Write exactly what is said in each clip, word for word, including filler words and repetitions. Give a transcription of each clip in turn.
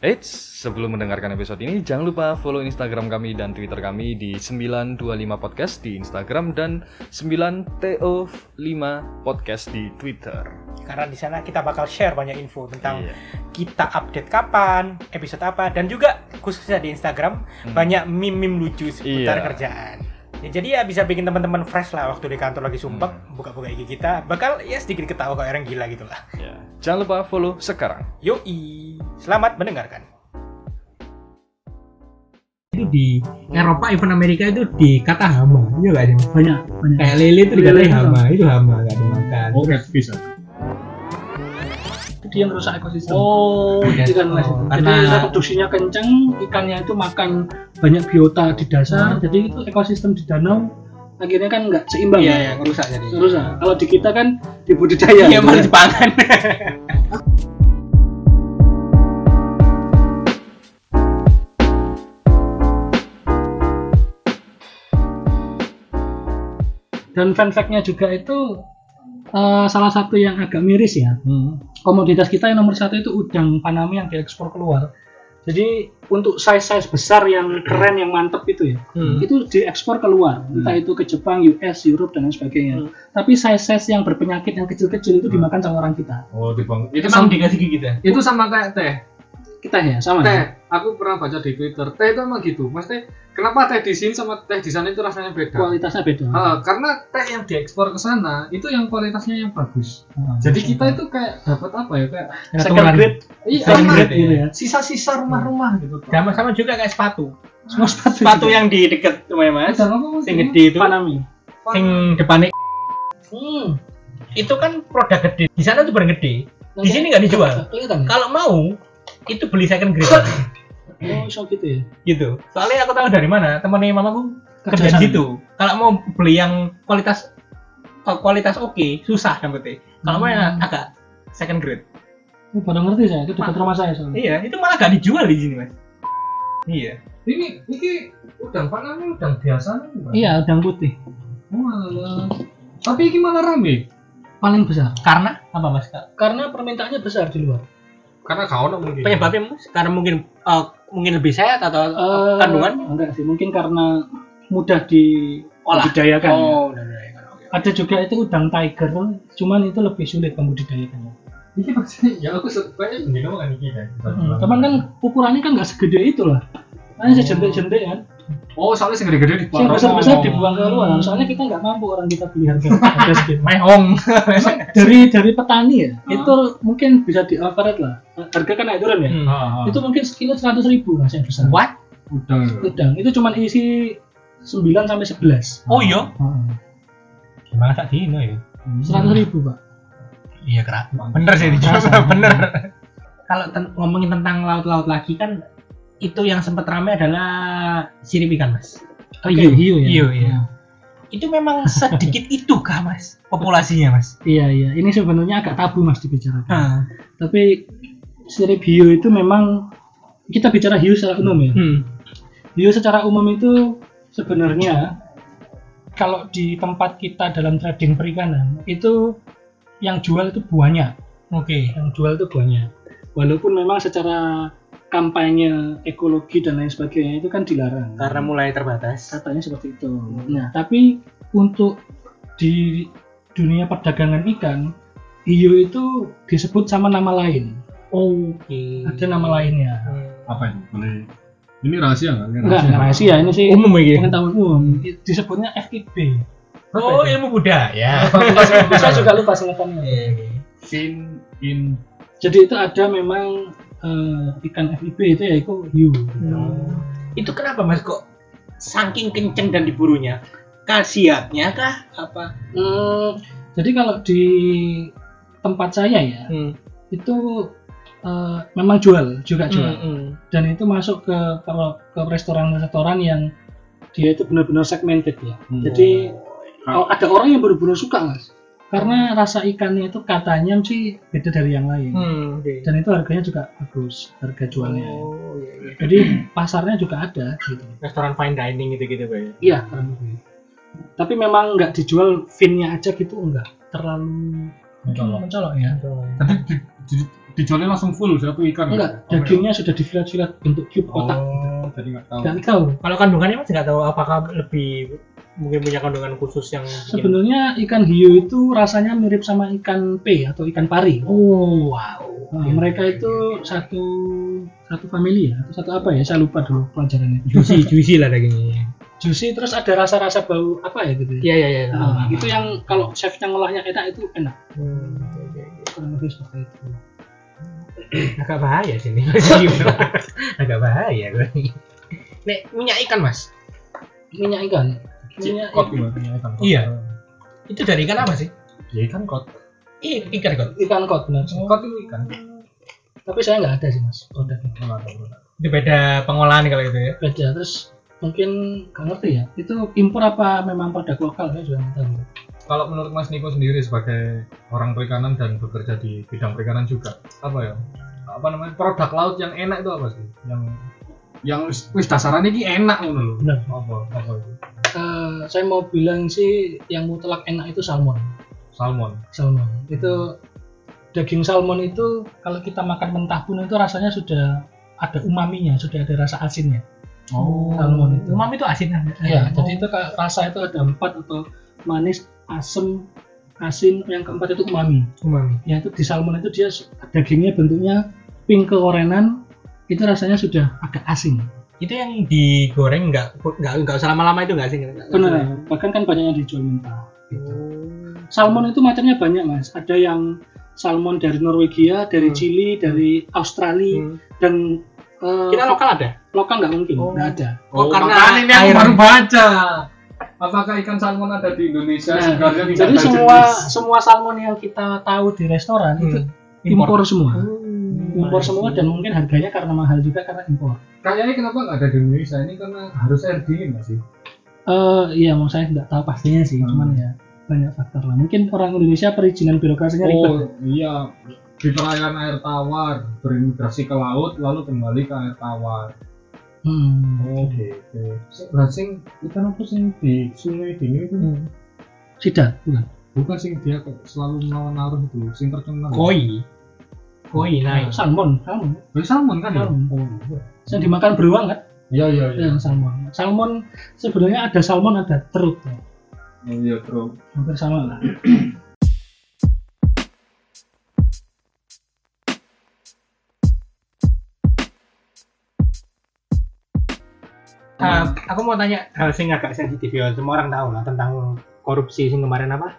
Eits, sebelum mendengarkan episode ini, jangan lupa follow Instagram kami dan Twitter kami di sembilan dua lima podcast di Instagram dan sembilan T O lima podcast di Twitter. Karena di sana kita bakal share banyak info tentang Iya. kita update kapan, episode apa, dan juga khususnya di Instagram Hmm. banyak meme-meme lucu seputar Iya. kerjaan. Ya, jadi ya bisa bikin teman-teman fresh lah waktu di kantor lagi sumpek, Hmm. buka-buka I G kita, bakal ya sedikit ketawa kayak orang gila gitu lah. Ya. Jangan lupa follow sekarang. Yoi, selamat mendengarkan. Itu di Eropa, event Amerika itu dikata hama, iya gak sih? banyak banyak Kayak lele itu dikatain Lele hama, itu hama gak dimakan. Oh, red fish. dia yang rusak ekosistem. Oh, Jadi kan oh, jadi karena reproduksinya kencang, ikannya itu makan banyak biota di dasar, Hmm. jadi itu ekosistem di danau akhirnya kan nggak seimbang. iya ya. yang rusak jadi. Rusak. Kalau di kita kan dibudidaya. Iya, malah dipangan. Dan fun fact-nya juga itu eh, salah satu yang agak miris ya. Hmm. Komoditas kita yang nomor satu itu udang Panama yang diekspor keluar. Jadi untuk size-size besar yang keren, yang mantep itu ya, Hmm. itu diekspor keluar. Entah itu ke Jepang, U S, Europe, dan lain sebagainya. Hmm. Tapi size-size yang berpenyakit yang kecil-kecil itu dimakan sama orang kita. Oh, di bang. Itu sama dikasih gigi kita. Itu sama kayak teh. Kita ya, sama Teh, ya? aku pernah baca di Twitter. Teh itu emang gitu. Maksudnya, kenapa teh di sini sama teh di sana itu rasanya beda? Kualitasnya beda. Ah, karena teh yang diekspor ke sana itu yang kualitasnya yang bagus. Ah, Jadi kita itu kayak dapat apa ya? Kayak second grade, iya, second sama grade gitu ya. sisa-sisa rumah-rumah gitu. Sama-sama juga kayak sepatu. Semua sepatu. Sepatu yang di deket rumahnya Mas, Udang apa? sing gede itu, Panami. sing depannya. Hmm. Itu kan produk gede. Di sana tuh barang gede. Di sini nggak dijual. Kelihatan. Kalau mau itu beli second grade. Oh, so gitu ya. Gitu. Soalnya aku tahu dari mana, temennya mamaku kerja Kerja di situ. Kalau mau beli yang kualitas eh, kualitas oke, susah dapetnya. Kalau mau yang agak second grade. Oh, baru ngerti saya, itu dekat rumah saya soalnya. Iya, itu malah gak dijual di sini, Mas. Iya. Ini ini udang panami udang biasa nih. Iya, udang putih. Walah. Tapi ini malah rame. Paling besar. Karena apa, Mas? Karena permintaannya besar di luar. Karena kau nak mungkin. Penyebabnya, Mas? Karena mungkin eh, mungkin lebih sehat atau Eh, kandungan? Enggak sih, mungkin karena mudah dibudidayakan. ya. Oh, udah, udah, udah. Oke. Ada juga itu udang tiger, cuman itu lebih sulit membudidayakannya. Ini maksudnya ya aku supaya ini kamu kan ini kan. Hmm. Cuman kan ukurannya kan nggak segede itu lah. Hanya sejentik-jentik kan. Oh, soalnya segede-gede di Yang besar-besar dibuang keluar. Soalnya kita nggak mampu orang kita beli harga harga segitu. Mehong. Dari dari petani ya, itu mungkin bisa di overrate lah. Harga kan naik turun ya. Hmm. Ah, Itu mungkin sekilo seratus ribu mas yang besar. What? udang. Udang itu cuma isi sembilan sampai sebelas. Oh iya. Heeh. Gimana tak dino ya? seratus ribu pak. Iya, kerak. Bener sih dijual, bener. Kalau ten- ngomongin tentang laut-laut lagi kan itu yang sempat ramai adalah sirip ikan, Mas. Oh, hiu, hiu ya. Hiu, iya. Itu memang sedikit itu kah, Mas? Populasinya, Mas? Iya iya. Ini sebenarnya agak tabu mas dibicarakan. Ah. Tapi sirip hiu itu memang kita bicara hiu secara umum ya. Hmm. Hiu secara umum itu sebenarnya kalau di tempat kita dalam trading perikanan itu yang jual itu buahnya. Oke. Yang jual itu buahnya. Walaupun memang secara kampanye ekologi dan lain sebagainya itu kan dilarang. Karena mulai terbatas. Katanya seperti itu. Nah, tapi untuk di dunia perdagangan ikan, hiu itu disebut sama nama lain. Oke. Ada nama lainnya. Apa itu? Boleh. Ini rahasia nggak? Ini Enggak, enggak rahasia. Ini sih Umum ya? pengetahuan umum. Disebutnya F I B. Oh, ilmu budaya. Saya juga lupa singkatannya. Fin in. Jadi itu ada memang eh, ikan F I B itu yaitu hiu. Itu kenapa, Mas, kok saking kenceng dan diburunya? Khasiatnya kah apa? Hmm, jadi kalau di tempat saya ya, Hmm. itu eh, memang jual, juga jual. Hmm, hmm. Dan itu masuk ke kalau ke restoran-restoran yang dia itu benar-benar segmented ya. Hmm. Jadi oh, ada orang yang benar-benar suka mas, karena rasa ikannya itu katanya sih beda dari yang lain. Hmm, oke. Dan itu harganya juga bagus, harga jualnya. Oh, iya, iya. Jadi pasarnya juga ada gitu. Restoran fine dining gitu-gitu, Pak. Iya, kurang lebih. Tapi memang nggak dijual finnya aja gitu, enggak terlalu Mencolok. mencolok ya. Tapi di, di, dijualnya langsung full satu ikan. Enggak, dagingnya sudah difilet-filet bentuk cube kotak. Oh, jadi nggak tahu. Nggak tahu. Kalau kandungannya masih nggak tahu apakah lebih mungkin punya kandungan khusus yang bikin- Sebenarnya ikan hiu itu rasanya mirip sama ikan P atau ikan pari. Oh, wow. Nah, mereka itu satu satu famili ya atau satu apa ya? Saya lupa dulu pelajarannya. Juicy, juicy lah dagingnya. Juicy terus ada rasa-rasa bau apa ya gitu. ya? Iya, iya, iya. Nah, itu yang kalau chef yang ngolahnya enak itu enak. Hmm, oke, oke. Kurang lebih seperti itu. Agak bahaya sih ini. Agak bahaya gue. Nek minyak ikan, Mas. Minyak ikan. Minyak Kot gimana? Ikan kot. Iya. Itu dari ikan apa sih? Ya ikan kot. Iya, ikan ikan. ikan kot benar. Kot itu ikan. Tapi saya nggak ada sih mas produknya. Nggak tahu. Itu beda pengolahan kalau itu ya. Beda terus mungkin nggak ngerti ya. Itu impor apa memang produk lokal saya juga nggak tahu. Kalau menurut Mas Niko sendiri sebagai orang perikanan dan bekerja di bidang perikanan juga, apa ya? Apa namanya? Produk laut yang enak itu apa sih? Yang yang wis- wis dasarannya ini enak ngono lho. Benar. Apa? Apa itu? Eh, saya mau bilang sih yang mutlak enak itu salmon. Salmon. Salmon itu daging salmon itu kalau kita makan mentah pun itu rasanya sudah ada umaminya, sudah ada rasa asinnya. Oh. Salmon itu. Umami itu asin kan? Ya, jadi itu kayak rasa itu ada empat atau manis, asam, asin, yang keempat itu umami. Umami. Ya itu di salmon itu dia dagingnya bentuknya pink keorenan, itu rasanya sudah agak asin. Itu yang digoreng nggak nggak nggak usah lama-lama itu nggak sih? Benar, bahkan kan banyak yang dijual mentah. Gitu. Salmon itu macamnya banyak mas, ada yang salmon dari Norwegia, dari Hmm. Chili, dari Australia, Hmm. dan eh, Kita lokal ada? lokal nggak mungkin, Oh. nggak ada. Oh, karena makanya ini aku air- baru baca. Apakah ikan salmon ada di Indonesia? Nah, Sebenarnya tidak jadi ada semua jenis. semua salmon yang kita tahu di restoran itu impor semua, impor semua dan mungkin harganya karena mahal juga karena impor. Kayaknya kenapa nggak ada di Indonesia ini karena harus air dingin nggak sih? Eh iya, mau saya nggak tahu pastinya sih, Hmm. cuman ya banyak faktor lah. Mungkin orang Indonesia perizinan birokrasinya ribet. Oh iya, di perairan air tawar berimigrasi ke laut lalu kembali ke air tawar. Hmm. Oh gitu. Lah sing ikan apa sing di sungai dini itu? Sidat, bukan? Bukan sing dia kayak selalu melawan arus itu, sing terkenal. Koi. Koi naik. Salmon, salmon. Oh, salmon kan ya? Salmon. Oh. Yang dimakan beruang kan? Iya iya iya. Ya, salmon. Salmon sebenarnya ada salmon, ada terut. Ya. Oh, iya, bro. Hampir sama lah. Uh, aku mau tanya hal sing agak sensitif ya, semua orang tahu lah tentang korupsi sing kemarin apa?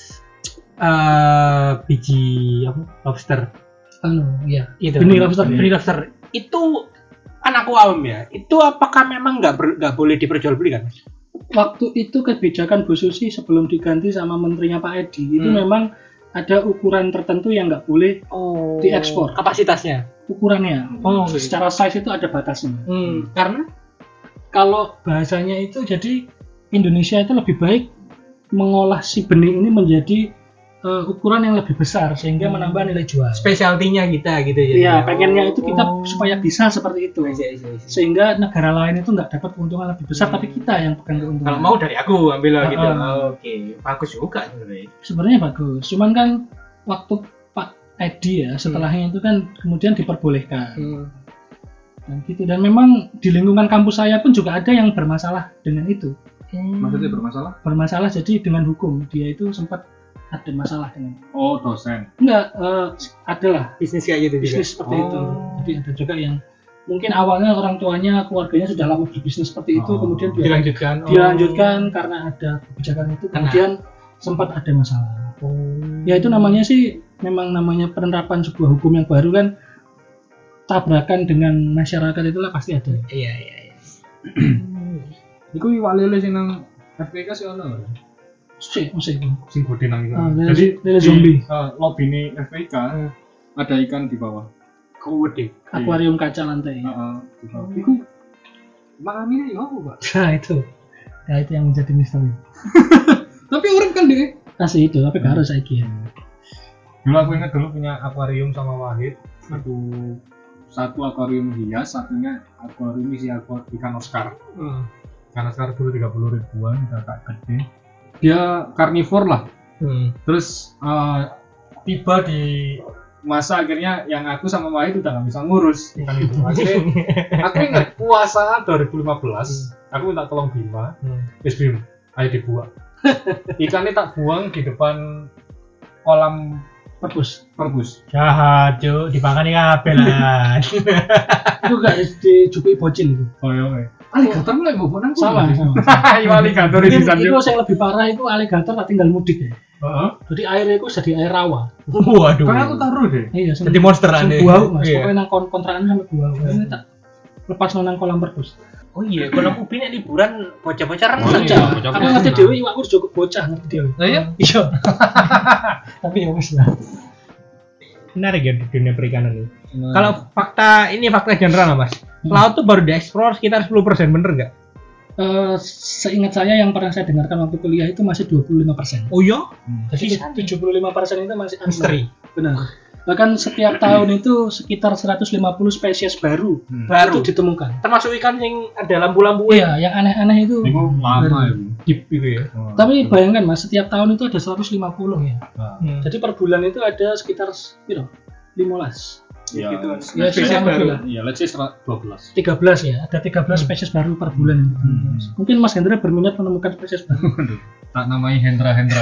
Eh biji apa? Lobster. Anu, iya. Itu. Benih lobster. Benih lobster. Itu kan aku awam ya. Itu apakah memang nggak ber- nggak boleh diperjualbelikan? Mas? Waktu itu kebijakan Bu Susi sebelum diganti sama menterinya Pak Edi itu Hmm. memang ada ukuran tertentu yang nggak boleh Oh. diekspor. Kapasitasnya. Ukurannya. Oh, oke. Secara size itu ada batasnya. Hmm. Karena Kalau bahasanya itu jadi Indonesia itu lebih baik mengolah si benih ini menjadi uh, ukuran yang lebih besar sehingga menambah nilai jual. spesialtinya kita gitu ya. Iya, pengennya itu kita Oh. supaya bisa seperti itu. Iya, iya, iya. Sehingga negara lain itu nggak dapat keuntungan lebih besar, tapi kita yang pegang keuntungan. Kalau mau dari aku ambil lah gitu. Ah. Oh, Oke, bagus juga sebenarnya. Sebenarnya bagus. Cuman kan waktu Pak Edi ya setelahnya itu kan kemudian diperbolehkan. Hmm. Dan gitu. Dan memang di lingkungan kampus saya pun juga ada yang bermasalah dengan itu. Maksudnya bermasalah? Bermasalah jadi dengan hukum dia itu sempat ada masalah dengan. Oh, dosen. Enggak, eh, adalah Bisnis kayak gitu bisnis juga. seperti Oh. itu. Jadi ada juga yang mungkin awalnya orang tuanya, keluarganya sudah lama berbisnis seperti itu, Oh. kemudian dia Dilanjutkan. Oh. dilanjutkan karena ada kebijakan itu, Kena. kemudian sempat ada masalah. Oh. Ya itu namanya sih, memang namanya penerapan sebuah hukum yang baru kan, tabrakan dengan masyarakat itulah pasti ada. Iya, iya, iya. Iku iwak lele sing nang F P K sih ono lho. Sih, musik. Sing gede nang itu. Ah, lele- Jadi lele di, zombie. Uh, lobby ini F P K Hmm. ada ikan di bawah. Gede. Akuarium kaca lantai. Heeh, di bawah. Iku makannya ya apa, Pak? Nah itu, ya itu yang menjadi misteri. Tapi urip kan deh. Kasih itu, tapi gak harus saiki ya. Dulu aku ingat dulu punya akuarium sama Wahid. Satu satu akuarium hias, satunya akuarium isi akuarium ikan Oscar. Hmm. Ikan Oscar dulu tiga puluh ribuan, udah agak gede. Dia karnivor lah. Hmm. Terus uh, tiba di masa akhirnya yang aku sama Wahid udah nggak bisa ngurus kan itu. Akhirnya aku ingat puasa dua ribu lima belas, aku minta tolong Bima, wis Bim, ayo dibuang. Ikannya tak buang di depan kolam Perpus. perpus. Jahat, Cuk, dipakani kabeh lah. Itu gak dijupi bocil itu. Oh iya, oke. Alligator mulai ngomong nang Sama, sama. Ayo alligator di Mungkin sana. itu yang lebih parah itu alligator tak tinggal mudik ya. Heeh. Jadi airnya itu jadi air rawa. Waduh. Kayak aku taruh deh. Iya, Jadi monster aneh. Buah, mas. Iya. Pokoknya nang kon- kontrakan sampai buah. Ini tak lepas nang kolam perpus. Oh iya, kalau ubi nek liburan bocah-bocah Oh, renang. iya. Saja. bocah- Aku bocah. ngerti dewe iwak aku cukup bocah ngerti dewe. Lah iya. Iya. Tapi ya wis lah. Menarik ya di dunia perikanan ini. Kalau fakta ini fakta general lah, Mas. Laut tuh baru dieksplor sekitar sepuluh persen, bener nggak? Eh, seingat saya yang pernah saya dengarkan waktu kuliah itu masih dua puluh lima persen. Oh iya? Jadi tujuh puluh lima persen itu masih Misteri. Benar. Bahkan setiap tahun itu sekitar seratus lima puluh spesies baru Baru. itu ditemukan. Termasuk ikan yang ada lampu-lampu Iya, yang aneh-aneh itu. Iku lama ya. deep gitu ya. Tapi bayangkan Mas, setiap tahun itu ada seratus lima puluh ya. Hmm. Jadi per bulan itu ada sekitar piro? lima belas. Ya, Gitu. Ya, spesies sama baru. lah. Iya, let's say dua belas. tiga belas ya, ada tiga belas spesies baru per bulan. Mungkin Mas Hendra berminat menemukan spesies baru. Tak namai Hendra Hendra.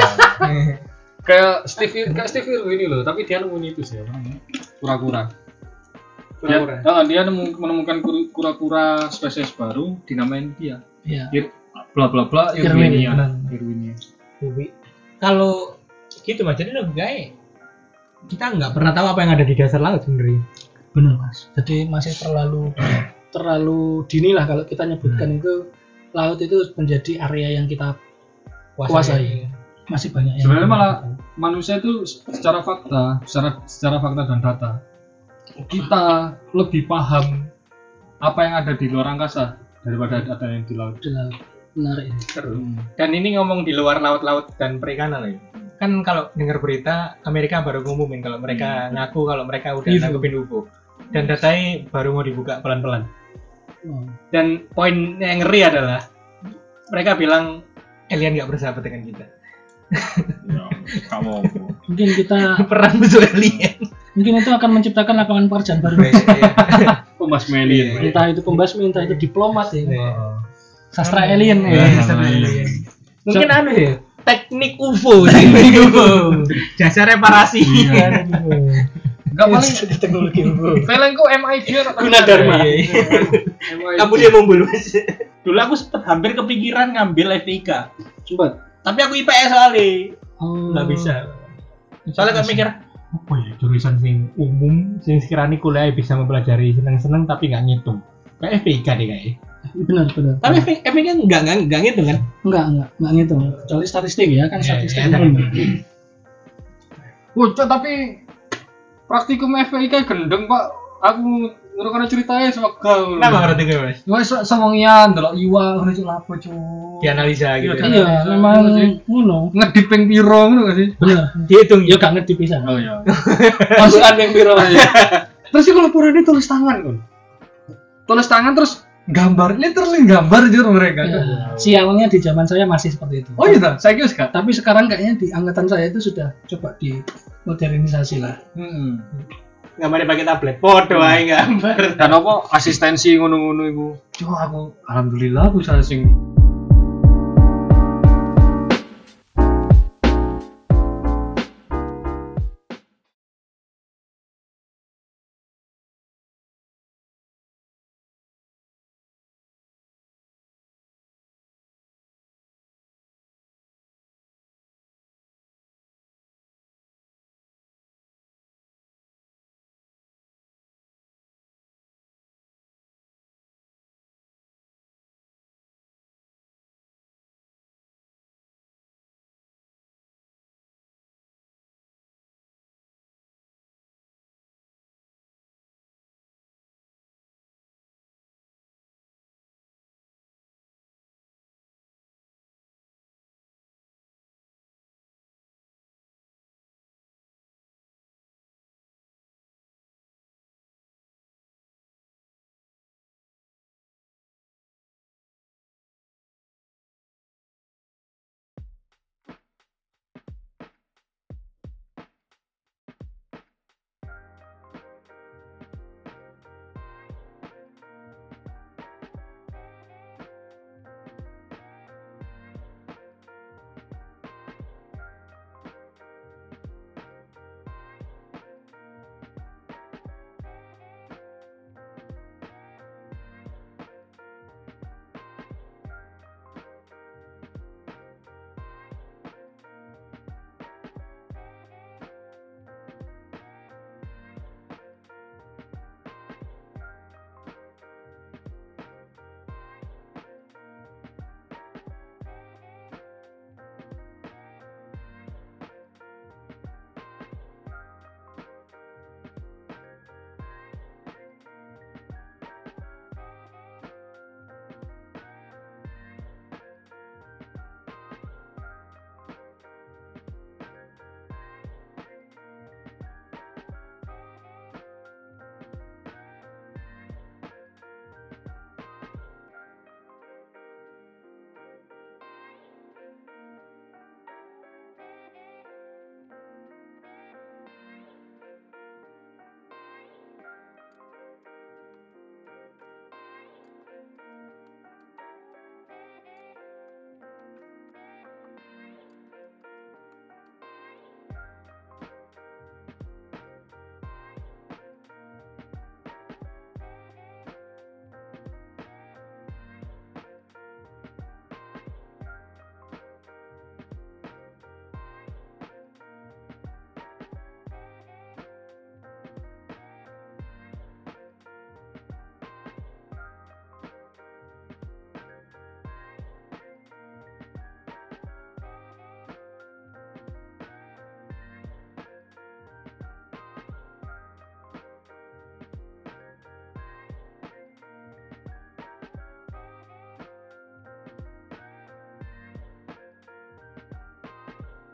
Kayak Steve kayak Steve Irwin ini loh, tapi dia nemuin itu sih apa namanya? Kura-kura. Dia, Kura-kura. ah, dia nemu, menemukan kur- kura-kura spesies baru dinamain dia. Iya. Ir, bla bla bla Irwin, Irwinia. benar. Irwinia. Ubi. Kalau gitu Mas, jadi lebih kayak kita nggak pernah tahu apa yang ada di dasar laut sebenarnya. Benar Mas. Jadi masih terlalu terlalu dini lah kalau kita nyebutkan itu laut itu menjadi area yang kita kuasai. Masih banyak yang Sebenarnya malah manusia itu secara fakta, secara secara fakta dan data, kita lebih paham apa yang ada di luar angkasa daripada ada yang di laut. menarik. Dan ini ngomong di luar laut-laut dan perikanan ya. Kan kalau dengar berita Amerika baru ngumumin kalau mereka ngaku kalau mereka udah U F O. nangkepin U F O. Dan datanya baru mau dibuka pelan-pelan. Oh. Dan poin yang ngeri adalah mereka bilang alien nggak bersahabat dengan kita. Ya, kamu. Mungkin kita Perang musuh alien. mungkin itu akan menciptakan lapangan pekerjaan baru. Pemas Melin. Entah itu pembasmi, entah itu diplomat ya. Iya. Sastra alien ya. Iya, Sastra alien. alien. Mungkin So- anu ya, teknik U F O, teknik U F O. Jasa reparasi. Iya. Enggak paling teknologi U F O. filmku M I D Gunadarma. M I D. Kamu dia mumbul Mas. Dulu aku sempet hampir kepikiran ngambil F I K. Coba. Tapi aku I P S soalnya. Oh. Nggak bisa. Soalnya kan mikir, apa ya jurusan sing umum, sing sekiranya kuliah bisa mempelajari seneng-seneng tapi nggak ngitung. Kayak F I K deh kayaknya. Benar, benar. Tapi F I K nggak nggak nggak ngitung kan? enggak, enggak, enggak ngitung. Kecuali statistik ya, kan Iya, statistik iya, umum. Wah, tapi praktikum F I K gendeng, Pak. Aku ngrungokno ceritanya semoga. Kenapa ngerti gue Mas? Wes semongian delok iwak ngono cuk lapo cuk. Dianalisa gitu. Iya, ya. Iya, memang ngono. Ngedip ping piro ngono gak sih? Benar. Dihitung Ya gak ngerti pisan. Oh iya. Masukan yang piro. Terus sih kalau pura ini tulis tangan kan. Tulis tangan terus gambar, literally gambar aja mereka. Ya, sialnya di zaman saya masih seperti itu. Oh iya, saya kira sekarang. Tapi sekarang kayaknya di angkatan saya itu sudah coba di modernisasi lah. Hmm. Gambarnya pakai tablet. Podo ae gambar. Dan apa asistensi ngono-ngono iku. Cuk aku alhamdulillah aku saya sing